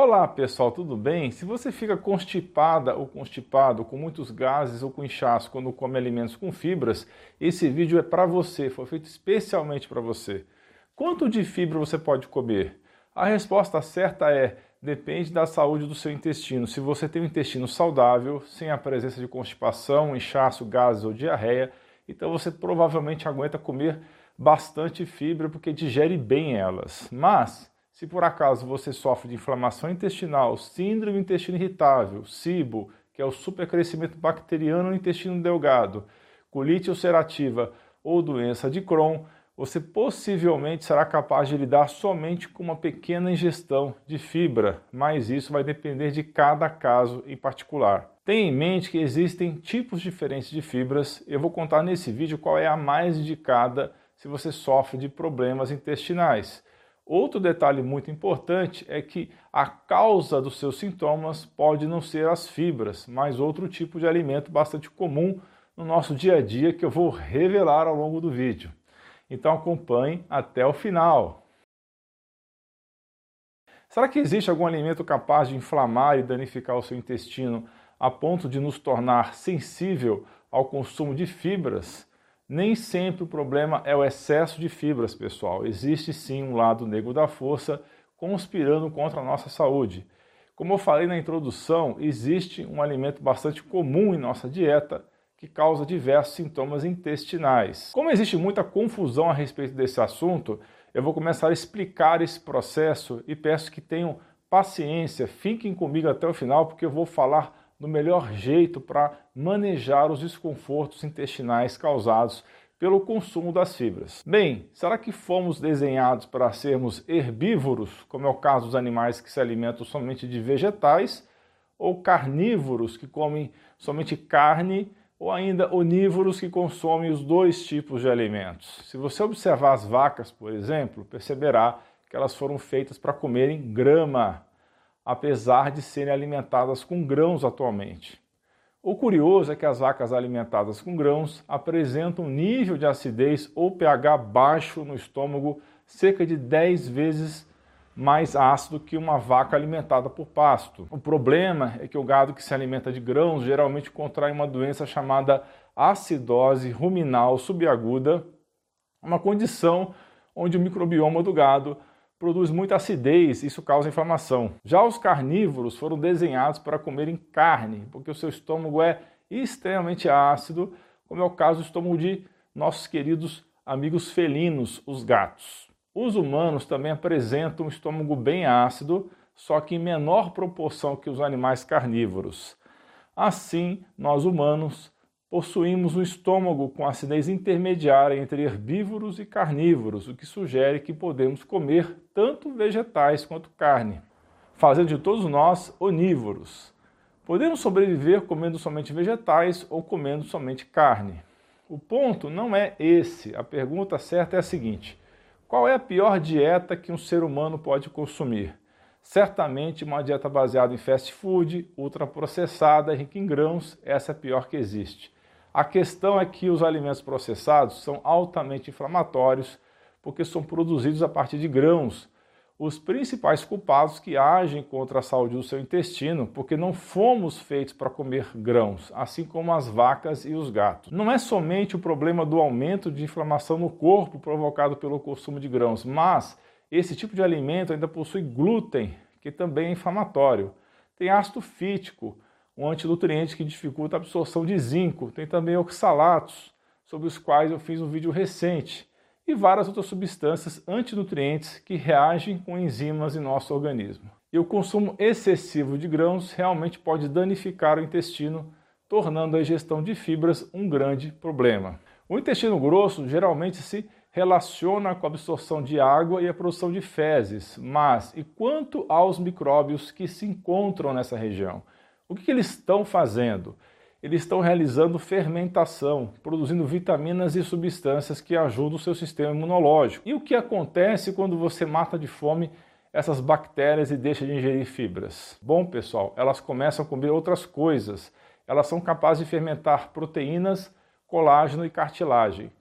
Olá pessoal, tudo bem? Se você fica constipada ou constipado, com muitos gases ou com inchaço quando come alimentos com fibras, esse vídeo é para você, foi feito especialmente para você. Quanto de fibra você pode comer? A resposta certa é: depende da saúde do seu intestino. Se você tem um intestino saudável, sem a presença de constipação, inchaço, gases ou diarreia, então você provavelmente aguenta comer bastante fibra porque digere bem elas. Mas se por acaso você sofre de inflamação intestinal, síndrome do intestino irritável, SIBO, que é o supercrescimento bacteriano no intestino delgado, colite ulcerativa ou doença de Crohn, você possivelmente será capaz de lidar somente com uma pequena ingestão de fibra, mas isso vai depender de cada caso em particular. Tenha em mente que existem tipos diferentes de fibras. Eu vou contar nesse vídeo qual é a mais indicada se você sofre de problemas intestinais. Outro detalhe muito importante é que a causa dos seus sintomas pode não ser as fibras, mas outro tipo de alimento bastante comum no nosso dia a dia que eu vou revelar ao longo do vídeo. Então acompanhe até o final. Será que existe algum alimento capaz de inflamar e danificar o seu intestino a ponto de nos tornar sensível ao consumo de fibras? Nem sempre o problema é o excesso de fibras, pessoal. Existe sim um lado negro da força conspirando contra a nossa saúde. Como eu falei na introdução, existe um alimento bastante comum em nossa dieta que causa diversos sintomas intestinais. Como existe muita confusão a respeito desse assunto, eu vou começar a explicar esse processo e peço que tenham paciência, fiquem comigo até o final, porque eu vou falar do melhor jeito para manejar os desconfortos intestinais causados pelo consumo das fibras. Bem, será que fomos desenhados para sermos herbívoros, como é o caso dos animais que se alimentam somente de vegetais, ou carnívoros, que comem somente carne, ou ainda onívoros, que consomem os dois tipos de alimentos? Se você observar as vacas, por exemplo, perceberá que elas foram feitas para comerem grama, apesar de serem alimentadas com grãos atualmente. O curioso é que as vacas alimentadas com grãos apresentam um nível de acidez ou pH baixo no estômago cerca de 10 vezes mais ácido que uma vaca alimentada por pasto. O problema é que o gado que se alimenta de grãos geralmente contrai uma doença chamada acidose ruminal subaguda, uma condição onde o microbioma do gado produz muita acidez e isso causa inflamação. Já os carnívoros foram desenhados para comerem carne, porque o seu estômago é extremamente ácido, como é o caso do estômago de nossos queridos amigos felinos, os gatos. Os humanos também apresentam um estômago bem ácido, só que em menor proporção que os animais carnívoros. Assim, nós humanos possuímos um estômago com acidez intermediária entre herbívoros e carnívoros, o que sugere que podemos comer tanto vegetais quanto carne, fazendo de todos nós onívoros. Podemos sobreviver comendo somente vegetais ou comendo somente carne. O ponto não é esse. A pergunta certa é a seguinte: qual é a pior dieta que um ser humano pode consumir? Certamente uma dieta baseada em fast food, ultraprocessada, rica em grãos, essa é a pior que existe. A questão é que os alimentos processados são altamente inflamatórios porque são produzidos a partir de grãos, os principais culpados que agem contra a saúde do seu intestino, porque não fomos feitos para comer grãos, assim como as vacas e os gatos. Não é somente o problema do aumento de inflamação no corpo provocado pelo consumo de grãos, mas esse tipo de alimento ainda possui glúten, que também é inflamatório. Tem ácido fítico, um antinutriente que dificulta a absorção de zinco. Tem também oxalatos, sobre os quais eu fiz um vídeo recente, e várias outras substâncias antinutrientes que reagem com enzimas em nosso organismo. E o consumo excessivo de grãos realmente pode danificar o intestino, tornando a ingestão de fibras um grande problema. O intestino grosso geralmente se relaciona com a absorção de água e a produção de fezes, mas e quanto aos micróbios que se encontram nessa região? O que eles estão fazendo? Eles estão realizando fermentação, produzindo vitaminas e substâncias que ajudam o seu sistema imunológico. E o que acontece quando você mata de fome essas bactérias e deixa de ingerir fibras? Bom, pessoal, elas começam a comer outras coisas. Elas são capazes de fermentar proteínas, colágeno e cartilagem.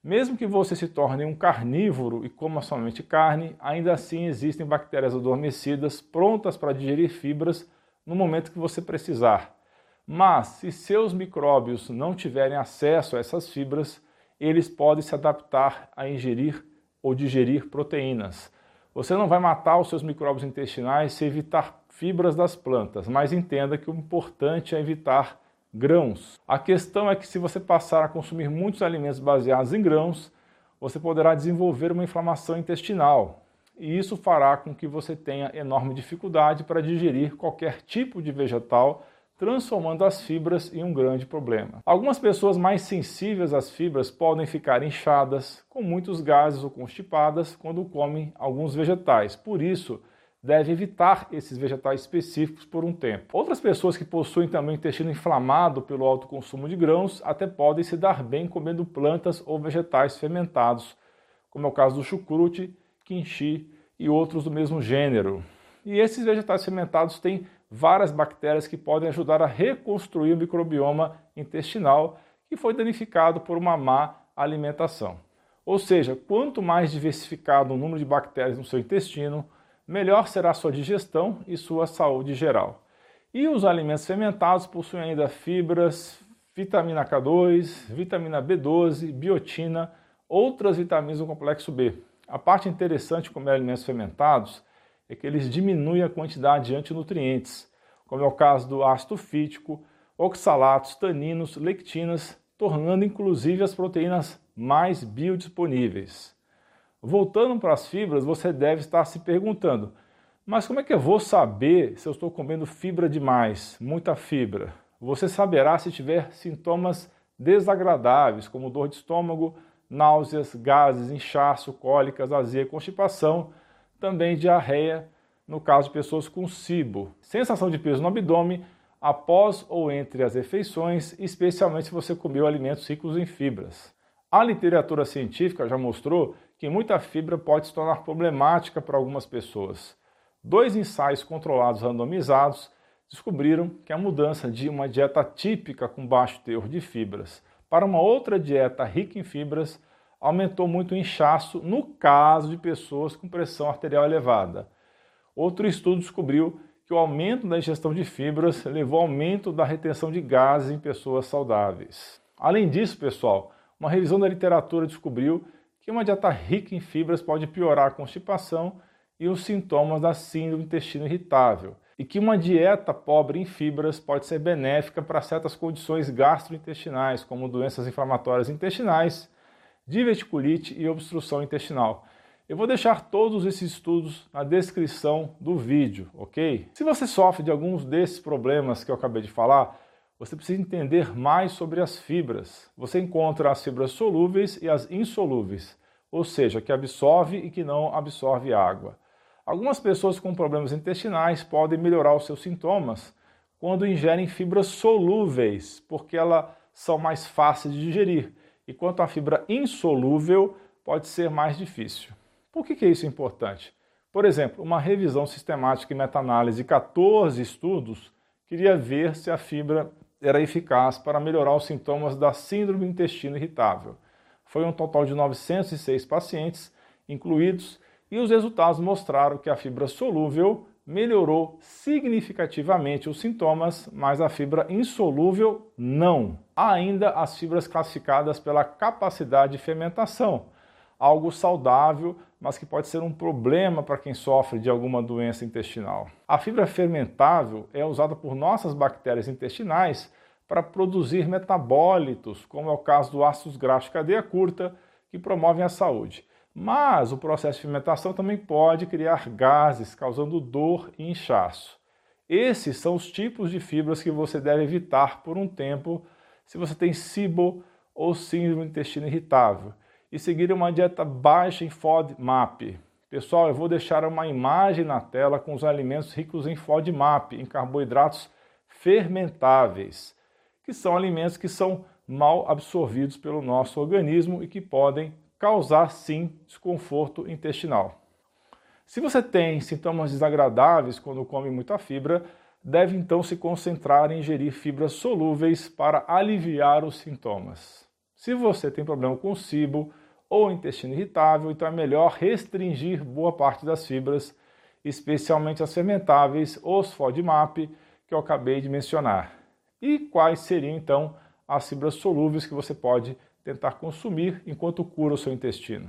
Mesmo que você se torne um carnívoro e coma somente carne, ainda assim existem bactérias adormecidas prontas para digerir fibras no momento que você precisar. Mas, se seus micróbios não tiverem acesso a essas fibras, eles podem se adaptar a ingerir ou digerir proteínas. Você não vai matar os seus micróbios intestinais se evitar fibras das plantas, mas entenda que o importante é evitar grãos. A questão é que se você passar a consumir muitos alimentos baseados em grãos, você poderá desenvolver uma inflamação intestinal. E isso fará com que você tenha enorme dificuldade para digerir qualquer tipo de vegetal, transformando as fibras em um grande problema. Algumas pessoas mais sensíveis às fibras podem ficar inchadas, com muitos gases ou constipadas quando comem alguns vegetais. Por isso, deve evitar esses vegetais específicos por um tempo. Outras pessoas que possuem também intestino inflamado pelo alto consumo de grãos até podem se dar bem comendo plantas ou vegetais fermentados, como é o caso do chucrute, quinchi e outros do mesmo gênero. E esses vegetais fermentados têm várias bactérias que podem ajudar a reconstruir o microbioma intestinal que foi danificado por uma má alimentação. Ou seja, quanto mais diversificado o número de bactérias no seu intestino, melhor será a sua digestão e sua saúde geral. E os alimentos fermentados possuem ainda fibras, vitamina K2, vitamina B12, biotina, outras vitaminas do complexo B. A parte interessante de comer alimentos fermentados é que eles diminuem a quantidade de antinutrientes, como é o caso do ácido fítico, oxalatos, taninos, lectinas, tornando inclusive as proteínas mais biodisponíveis. Voltando para as fibras, você deve estar se perguntando, mas como é que eu vou saber se eu estou comendo fibra demais, muita fibra? Você saberá se tiver sintomas desagradáveis, como dor de estômago, náuseas, gases, inchaço, cólicas, azia, constipação, também diarreia, no caso de pessoas com SIBO, sensação de peso no abdômen após ou entre as refeições, especialmente se você comeu alimentos ricos em fibras. A literatura científica já mostrou que muita fibra pode se tornar problemática para algumas pessoas. 2 ensaios controlados randomizados descobriram que a mudança de uma dieta típica com baixo teor de fibras para uma outra dieta rica em fibras aumentou muito o inchaço no caso de pessoas com pressão arterial elevada. Outro estudo descobriu que o aumento da ingestão de fibras levou ao aumento da retenção de gases em pessoas saudáveis. Além disso, pessoal, uma revisão da literatura descobriu que uma dieta rica em fibras pode piorar a constipação e os sintomas da síndrome do intestino irritável, e que uma dieta pobre em fibras pode ser benéfica para certas condições gastrointestinais, como doenças inflamatórias intestinais, diverticulite e obstrução intestinal. Eu vou deixar todos esses estudos na descrição do vídeo, ok? Se você sofre de alguns desses problemas que eu acabei de falar, você precisa entender mais sobre as fibras. Você encontra as fibras solúveis e as insolúveis, ou seja, que absorve e que não absorve água. Algumas pessoas com problemas intestinais podem melhorar os seus sintomas quando ingerem fibras solúveis, porque elas são mais fáceis de digerir, enquanto a fibra insolúvel pode ser mais difícil. Por que isso é importante? Por exemplo, uma revisão sistemática e meta-análise de 14 estudos queria ver se a fibra era eficaz para melhorar os sintomas da síndrome do intestino irritável. Foi um total de 906 pacientes incluídos e os resultados mostraram que a fibra solúvel melhorou significativamente os sintomas, mas a fibra insolúvel não. Há ainda as fibras classificadas pela capacidade de fermentação, algo saudável, mas que pode ser um problema para quem sofre de alguma doença intestinal. A fibra fermentável é usada por nossas bactérias intestinais para produzir metabólitos, como é o caso do ácidos graxos de cadeia curta, que promovem a saúde. Mas o processo de fermentação também pode criar gases, causando dor e inchaço. Esses são os tipos de fibras que você deve evitar por um tempo se você tem SIBO ou síndrome do intestino irritável, e seguir uma dieta baixa em FODMAP. Pessoal, eu vou deixar uma imagem na tela com os alimentos ricos em FODMAP, em carboidratos fermentáveis, que são alimentos que são mal absorvidos pelo nosso organismo e que podem causar, sim, desconforto intestinal. Se você tem sintomas desagradáveis quando come muita fibra, deve então se concentrar em ingerir fibras solúveis para aliviar os sintomas. Se você tem problema com SIBO ou intestino irritável, então é melhor restringir boa parte das fibras, especialmente as fermentáveis, os FODMAP, que eu acabei de mencionar. E quais seriam então as fibras solúveis que você pode tentar consumir enquanto cura o seu intestino?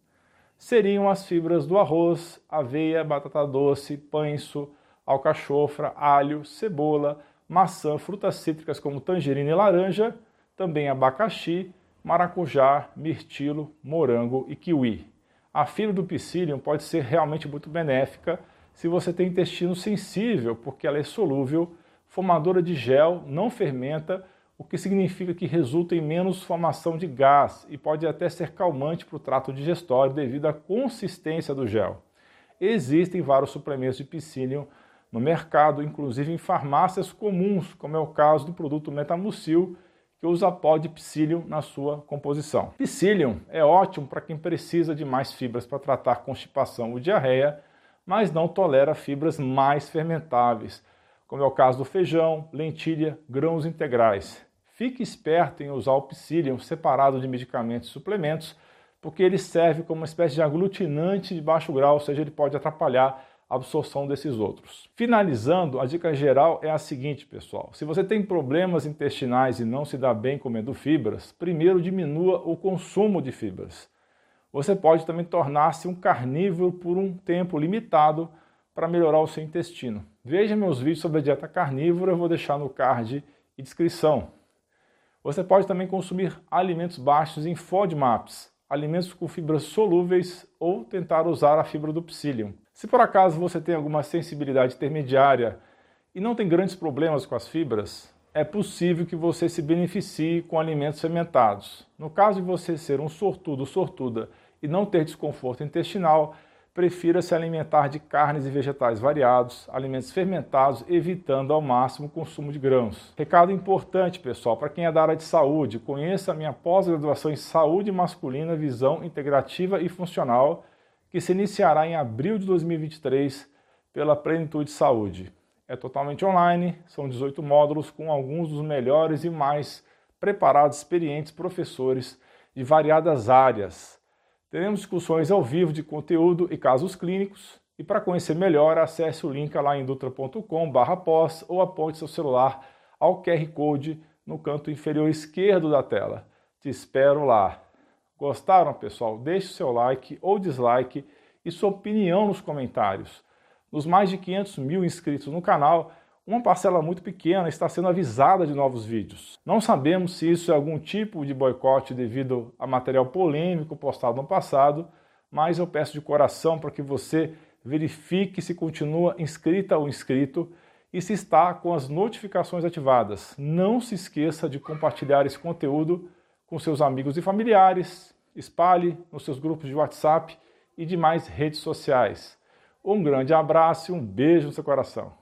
Seriam as fibras do arroz, aveia, batata doce, pães, alcachofra, alho, cebola, maçã, frutas cítricas como tangerina e laranja, também abacaxi, maracujá, mirtilo, morango e kiwi. A fibra do psyllium pode ser realmente muito benéfica se você tem intestino sensível, porque ela é solúvel, formadora de gel, não fermenta, o que significa que resulta em menos formação de gás e pode até ser calmante para o trato digestório devido à consistência do gel. Existem vários suplementos de psyllium no mercado, inclusive em farmácias comuns, como é o caso do produto Metamucil, que usa pó de psyllium na sua composição. Psyllium é ótimo para quem precisa de mais fibras para tratar constipação ou diarreia, mas não tolera fibras mais fermentáveis, como é o caso do feijão, lentilha, grãos integrais. Fique esperto em usar o psyllium separado de medicamentos e suplementos, porque ele serve como uma espécie de aglutinante de baixo grau, ou seja, ele pode atrapalhar a absorção desses outros. Finalizando, a dica geral é a seguinte, pessoal. Se você tem problemas intestinais e não se dá bem comendo fibras, primeiro diminua o consumo de fibras. Você pode também tornar-se um carnívoro por um tempo limitado para melhorar o seu intestino. Veja meus vídeos sobre a dieta carnívora, eu vou deixar no card e descrição. Você pode também consumir alimentos baixos em FODMAPs, alimentos com fibras solúveis ou tentar usar a fibra do psyllium. Se por acaso você tem alguma sensibilidade intermediária e não tem grandes problemas com as fibras, é possível que você se beneficie com alimentos fermentados. No caso de você ser um sortudo ou sortuda e não ter desconforto intestinal, prefira se alimentar de carnes e vegetais variados, alimentos fermentados, evitando ao máximo o consumo de grãos. Recado importante, pessoal, para quem é da área de saúde, conheça a minha pós-graduação em Saúde Masculina, Visão Integrativa e Funcional, que se iniciará em abril de 2023 pela Plenitude Saúde. É totalmente online, são 18 módulos com alguns dos melhores e mais preparados, experientes professores de variadas áreas. Teremos discussões ao vivo de conteúdo e casos clínicos. E para conhecer melhor, acesse o link lá em dutra.com/pós ou aponte seu celular ao QR Code no canto inferior esquerdo da tela. Te espero lá. Gostaram, pessoal? Deixe seu like ou dislike e sua opinião nos comentários. Nos mais de 500 mil inscritos no canal, uma parcela muito pequena está sendo avisada de novos vídeos. Não sabemos se isso é algum tipo de boicote devido a material polêmico postado no passado, mas eu peço de coração para que você verifique se continua inscrita ou inscrito e se está com as notificações ativadas. Não se esqueça de compartilhar esse conteúdo com seus amigos e familiares, espalhe nos seus grupos de WhatsApp e demais redes sociais. Um grande abraço e um beijo no seu coração.